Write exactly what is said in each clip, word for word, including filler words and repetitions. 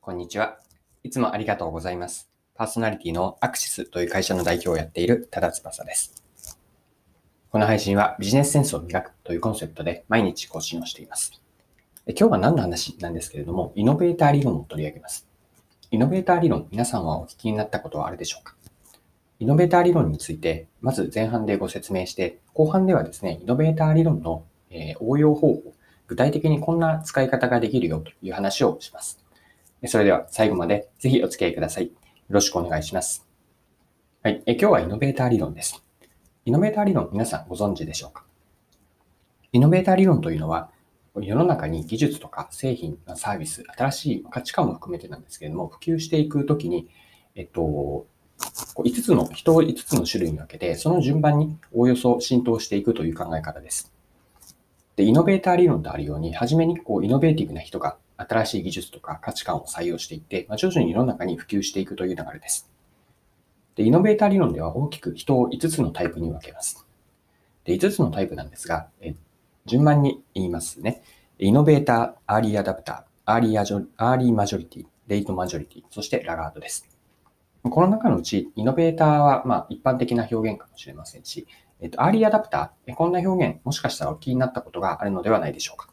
こんにちは。いつもありがとうございます。パーソナリティのアクシスという会社の代表をやっている多田翼です。この配信はビジネスセンスを磨くというコンセプトで毎日更新をしています。今日は何の話なんですけれども、イノベーター理論を取り上げます。イノベーター理論、皆さんはお聞きになったことはあるでしょうか？イノベーター理論について、まず前半でご説明して、後半ではですね、イノベーター理論の応用方法、具体的にこんな使い方ができるよという話をします。それでは最後までぜひお付き合いください。よろしくお願いします。はい、え今日はイノベーター理論です。イノベーター理論、皆さんご存知でしょうか？イノベーター理論というのは、世の中に技術とか製品、サービス、新しい価値観も含めてなんですけれども、普及していくときに、えっと、いつつの、人をいつつの種類に分けて、その順番におおよそ浸透していくという考え方です。で、イノベーター理論とあるように、はじめにこうイノベーティブな人が新しい技術とか価値観を採用していって、まあ、徐々に世の中に普及していくという流れです。で、イノベーター理論では大きく人をいつつのタイプに分けます。で、いつつのタイプなんですが、え順番に言いますね。イノベーター、アーリーアダプター、アーリーアジョアーリーマジョリティ、レイトマジョリティ、そしてラガードです。この中のうち、イノベーターはまあ一般的な表現かもしれませんし、えっと、アーリーアダプター、こんな表現、もしかしたらお聞きになったことがあるのではないでしょうか。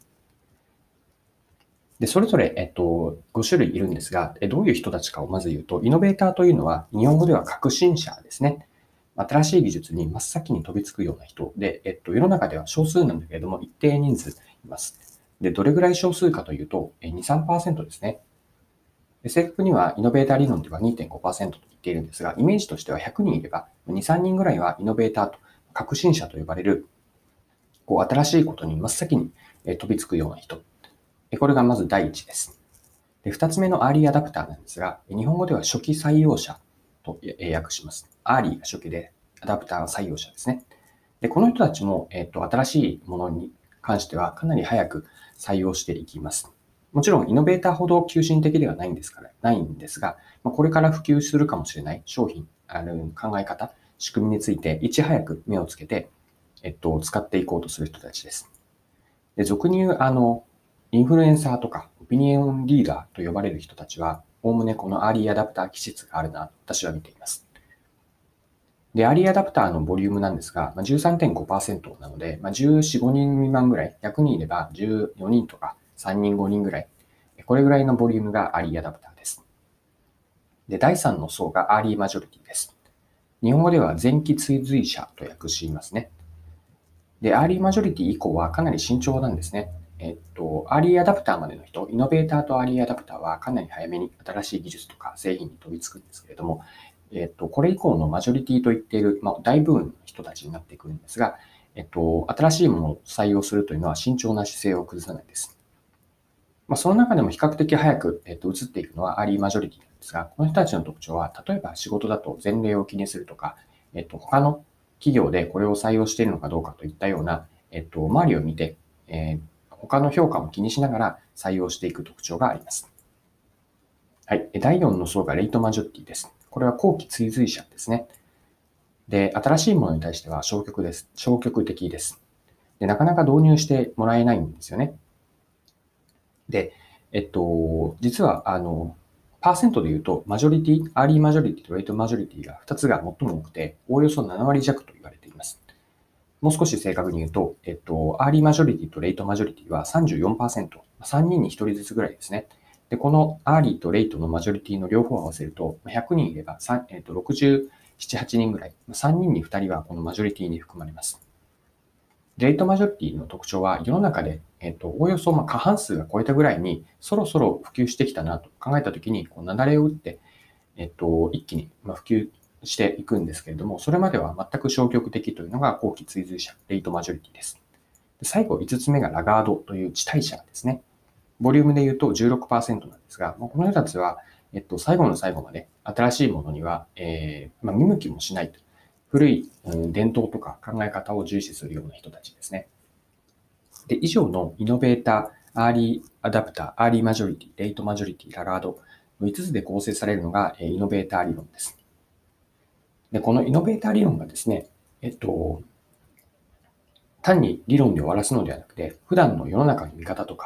で、それぞれ、えっと、ご種類いるんですが、どういう人たちかをまず言うと、イノベーターというのは、日本語では革新者ですね。新しい技術に真っ先に飛びつくような人で、えっと、世の中では少数なんだけれども、一定人数います。で、どれぐらい少数かというと、に、さんパーセントですね。で正確には、イノベーター理論では にてんごパーセント と言っているんですが、イメージとしてはひゃくにんいれば、に、さんにんぐらいはイノベーターと、革新者と呼ばれる、こう、新しいことに真っ先に飛びつくような人。これがまず第一です。で、二つ目のアーリーアダプターなんですが、日本語では初期採用者と訳します。アーリーが初期で、アダプターは採用者ですね。で、この人たちも、えっと、新しいものに関してはかなり早く採用していきます。もちろん、イノベーターほど急進的ではないんですから、ないんですが、これから普及するかもしれない商品、あの考え方、仕組みについて、いち早く目をつけて、えっと、使っていこうとする人たちです。で、俗に言う、あの、インフルエンサーとか、オピニオンリーダーと呼ばれる人たちは、おおむねこのアーリーアダプター気質があるなと私は見ています。で、アーリーアダプターのボリュームなんですが、じゅうさんてんごパーセント なので、まあ、じゅうよん、ごにん未満ぐらい、ひゃくにんいればじゅうよにんとかさんにん、ごにんぐらい、これぐらいのボリュームがアーリーアダプターです。で、だいさんの層がアーリーマジョリティです。日本語では前期追随者と訳しますね。で、アーリーマジョリティ以降はかなり慎重なんですね。えっと、アーリーアダプターまでの人、イノベーターとアーリーアダプターはかなり早めに新しい技術とか製品に飛びつくんですけれども、えっと、これ以降のマジョリティと言っている、まあ、大部分の人たちになってくるんですが、えっと、新しいものを採用するというのは慎重な姿勢を崩さないです。まあ、その中でも比較的早く、えっと、移っていくのはアーリーマジョリティなんですが、この人たちの特徴は、例えば仕事だと前例を気にするとか、えっと、他の企業でこれを採用しているのかどうかといったような、えっと、周りを見て、えー、他の評価も気にしながら採用していく特徴があります。はい。だいよんの層がレイトマジョリティです。これは後期追随者ですね。で、新しいものに対しては消極です。消極的です。で、なかなか導入してもらえないんですよね。で、えっと、実は、あの、パーセントで言うと、マジョリティ、アーリーマジョリティとレイトマジョリティがふたつが最も多くて、おおよそななわり弱と言われています。もう少し正確に言うと、えっと、アーリーマジョリティとレイトマジョリティは さんじゅうよんパーセント、さんにんにひとりずつぐらいですね。で、このアーリーとレイトのマジョリティの両方を合わせると、ひゃくにんいれば、えっと、ろくじゅうなな、はちにんぐらい、さんにんにふたりはこのマジョリティに含まれます。レイトマジョリティの特徴は、世の中で、えっと、おおよそまあ過半数が超えたぐらいに、そろそろ普及してきたなと考えたときに、こう、雪崩を打って、えっと、一気に普及していくんですけれども、それまでは全く消極的というのが後期追随者、レイトマジョリティです。最後、いつつめがラガードという地帯者ですね。ボリュームで言うと じゅうろくパーセント なんですが、この人たちは、えっと、最後の最後まで新しいものには、えーまあ、見向きもしないと。古い、うん、伝統とか考え方を重視するような人たちですね。で、以上のイノベーター、アーリーアダプター、アーリーマジョリティ、レイトマジョリティ、ラガードのいつつで構成されるのがイノベーター理論です。で、このイノベーター理論がですね、えっと、単に理論で終わらすのではなくて、普段の世の中の見方とか、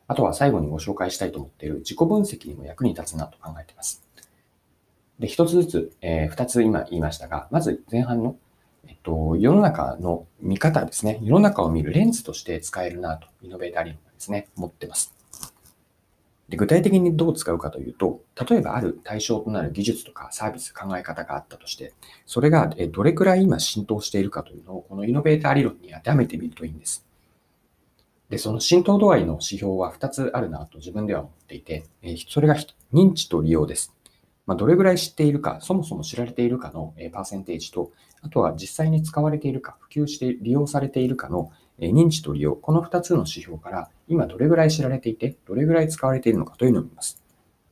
あとは最後にご紹介したいと思っている自己分析にも役に立つなと考えています。で、一つずつ、えー、二つ今言いましたが、まず前半の、えっと、世の中の見方ですね。世の中を見るレンズとして使えるなと、イノベーター理論がですね、思っています。で、具体的にどう使うかというと、例えばある対象となる技術とかサービス、考え方があったとして、それがどれくらい今浸透しているかというのを、このイノベーター理論に当てはめてみるといいんです。で、その浸透度合いの指標はふたつあるなと自分では思っていて、それが認知と利用です。まあ、どれぐらい知っているか、そもそも知られているかのパーセンテージと、あとは実際に使われているか、普及して利用されているかの認知と利用、このふたつの指標から今どれぐらい知られていて、どれぐらい使われているのかというのを見ます。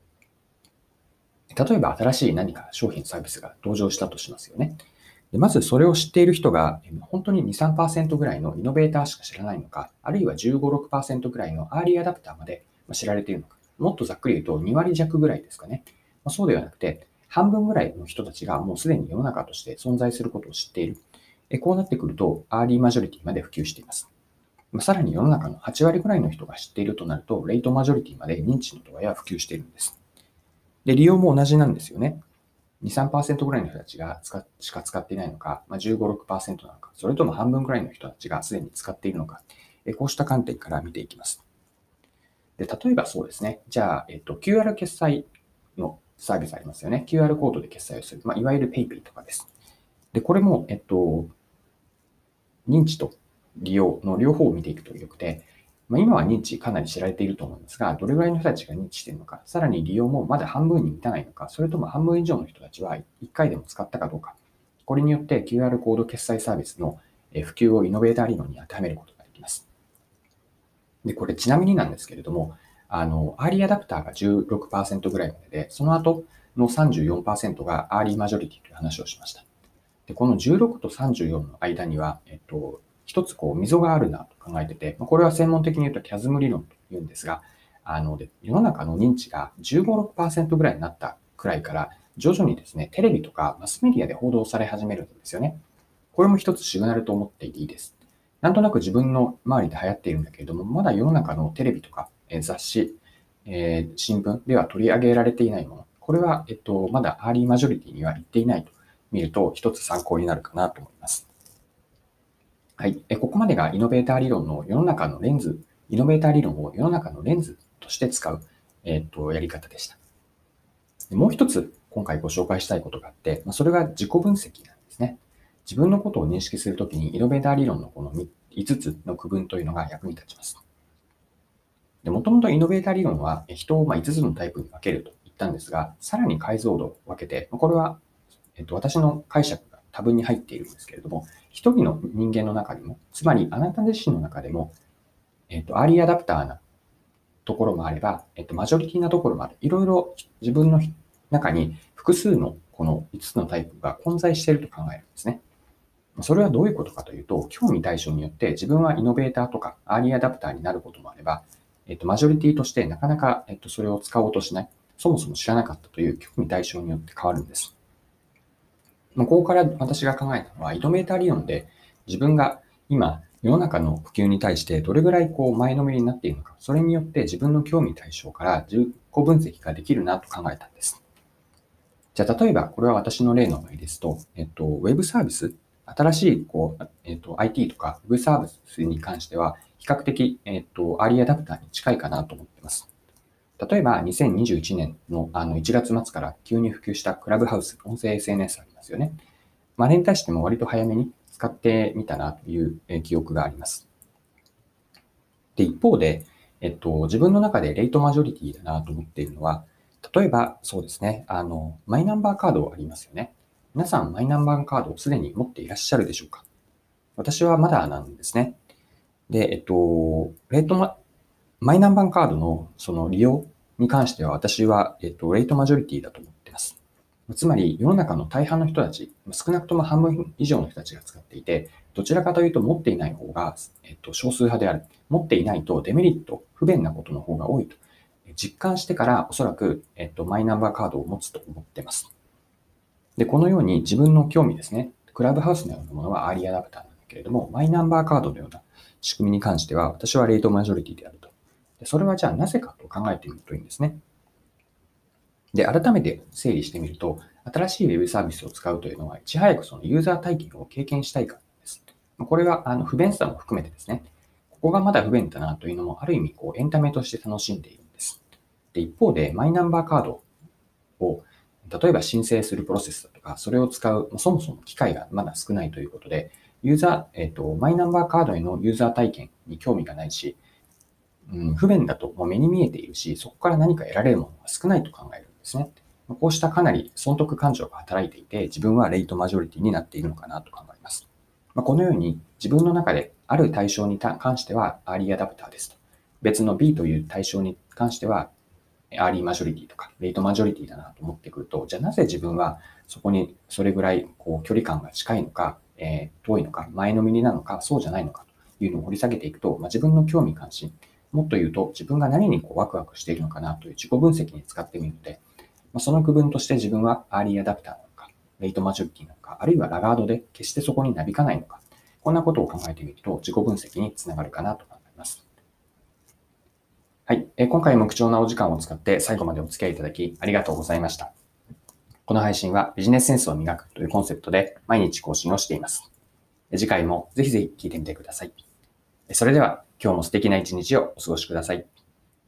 例えば新しい何か商品サービスが登場したとしますよね。でまずそれを知っている人が本当にに、さんパーセントぐらいのイノベーターしか知らないのか、あるいはじゅうご、ろくパーセントぐらいのアーリーアダプターまで知られているのか、もっとざっくり言うとにわり弱ぐらいですかね。そうではなくて、半分ぐらいの人たちがもうすでに世の中として存在することを知っている。こうなってくると、アーリーマジョリティまで普及しています。さらに世の中のはちわりぐらいの人が知っているとなると、レイトマジョリティまで認知の度合いは普及しているんです。で、利用も同じなんですよね。に、さんパーセントぐらいの人たちが使しか使っていないのか、まあ、じゅうご、ろくパーセントなのか、それとも半分ぐらいの人たちがすでに使っているのか、こうした観点から見ていきます。で、例えばそうですね。じゃあ、えっと、キューアール 決済のサービスありますよね。キューアール コードで決済をする。まあ、いわゆる PayPay とかです。で、これも、えっと、認知と利用の両方を見ていくとよくて、まあ、今は認知かなり知られていると思いますが、どれぐらいの人たちが認知しているのか、さらに利用もまだ半分に満たないのか、それとも半分以上の人たちはいっかいでも使ったかどうか、これによって キューアール コード決済サービスの普及をイノベーター理論に当てはめることができます。で、これちなみになんですけれども、あの、アーリーアダプターが じゅうろくパーセント ぐらいまでで、その後の さんじゅうよんパーセント がアーリーマジョリティという話をしました。で、このじゅうろくとさんじゅうよんの間には、えっと、一つこう溝があるなと考えてて、これは専門的に言うとキャズム理論と言うんですが、あので世の中の認知がじゅうご、ろくパーセント ぐらいになったくらいから、徐々にですね、テレビとかマスメディアで報道され始めるんですよね。これも一つシグナルと思っていていいです。なんとなく自分の周りで流行っているんだけれども、まだ世の中のテレビとか雑誌、えー、新聞では取り上げられていないもの、これは、えっと、まだアーリーマジョリティには行っていないと見ると、一つ参考になるかなと思います。はい。ここまでがイノベーター理論の世の中のレンズ、イノベーター理論を世の中のレンズとして使う、えっと、やり方でした。もう一つ、今回ご紹介したいことがあって、それが自己分析なんですね。自分のことを認識するときに、イノベーター理論のこのいつつの区分というのが役に立ちます。もともとイノベーター理論は人をいつつのタイプに分けると言ったんですが、さらに解像度を分けて、これは、えっと、私の解釈が多分に入っているんですけれども、一人の人間の中にも、つまりあなた自身の中でも、えっと、アーリーアダプターなところもあれば、えっと、マジョリティなところもある。いろいろ自分の中に複数のこのいつつのタイプが混在していると考えるんですね。それはどういうことかというと、興味対象によって自分はイノベーターとかアーリーアダプターになることもあれば、えっと、マジョリティとしてなかなか、えっと、それを使おうとしない、そもそも知らなかったという興味対象によって変わるんです。ここから私が考えたのは、イノベーター理論で自分が今、世の中の普及に対してどれぐらいこう前のめりになっているのか、それによって自分の興味対象から自己分析ができるなと考えたんです。じゃあ、例えば、これは私の例の場合ですと、えっと、ウェブサービス、新しいこう、えっと、アイティー とかウェブサービスに関しては、比較的、えっと、アーリーアダプターに近いかなと思っています。例えば、にせんにじゅういちねんのあのいちがつ末から急に普及したクラブハウス、音声 エスエヌエス ありますよね。まあ、あれに対しても割と早めに使ってみたなという記憶があります。で、一方で、えっと、自分の中でレイトマジョリティだなと思っているのは、例えば、そうですね、あの、マイナンバーカードありますよね。皆さん、マイナンバーカードをすでに持っていらっしゃるでしょうか？私はまだなんですね。で、えっと、レートマ、マイナンバーカードのその利用に関しては私は、えっと、レートマジョリティだと思っています。つまり、世の中の大半の人たち、少なくとも半分以上の人たちが使っていて、どちらかというと持っていない方が、えっと、少数派である。持っていないとデメリット、不便なことの方が多いと。実感してからおそらく、えっと、マイナンバーカードを持つと思っています。で、このように自分の興味ですね。クラブハウスのようなものはアーリーアダプターなんだけれども、マイナンバーカードのような仕組みに関しては、私はレートマジョリティであると。 それはじゃあなぜかと考えてみるといいんですね。で、改めて整理してみると、新しい Web サービスを使うというのは、いち早くそのユーザー体験を経験したいからです。これはあの不便さも含めてですね、ここがまだ不便だなというのも、ある意味こうエンタメとして楽しんでいるんです。で、一方で、マイナンバーカードを、例えば申請するプロセスだとか、それを使う、そもそも機会がまだ少ないということで、ユーザー、えっと、マイナンバーカードへのユーザー体験に興味がないし、うん、不便だともう目に見えているし、そこから何か得られるものが少ないと考えるんですね。こうしたかなり損得感情が働いていて、自分はレイトマジョリティになっているのかなと考えます。まあ、このように自分の中である対象に関してはアーリーアダプターですと。別の B という対象に関してはアーリーマジョリティとかレイトマジョリティだなと思ってくると、じゃあなぜ自分はそこにそれぐらいこう距離感が近いのか、えー、遠いのか、前のめりなのか、そうじゃないのかというのを掘り下げていくと、まあ、自分の興味関心、もっと言うと自分が何にこうワクワクしているのかなという自己分析に使ってみるので、まあ、その区分として自分はアーリーアダプターなのか、レイトマジョリティなのか、あるいはラガードで決してそこになびかないのか、こんなことを考えてみると自己分析につながるかなと考えます。はい。今回も貴重なお時間を使って最後までお付き合いいただきありがとうございました。この配信はビジネスセンスを磨くというコンセプトで毎日更新をしています。次回もぜひぜひ聞いてみてください。それでは今日も素敵な一日をお過ごしください。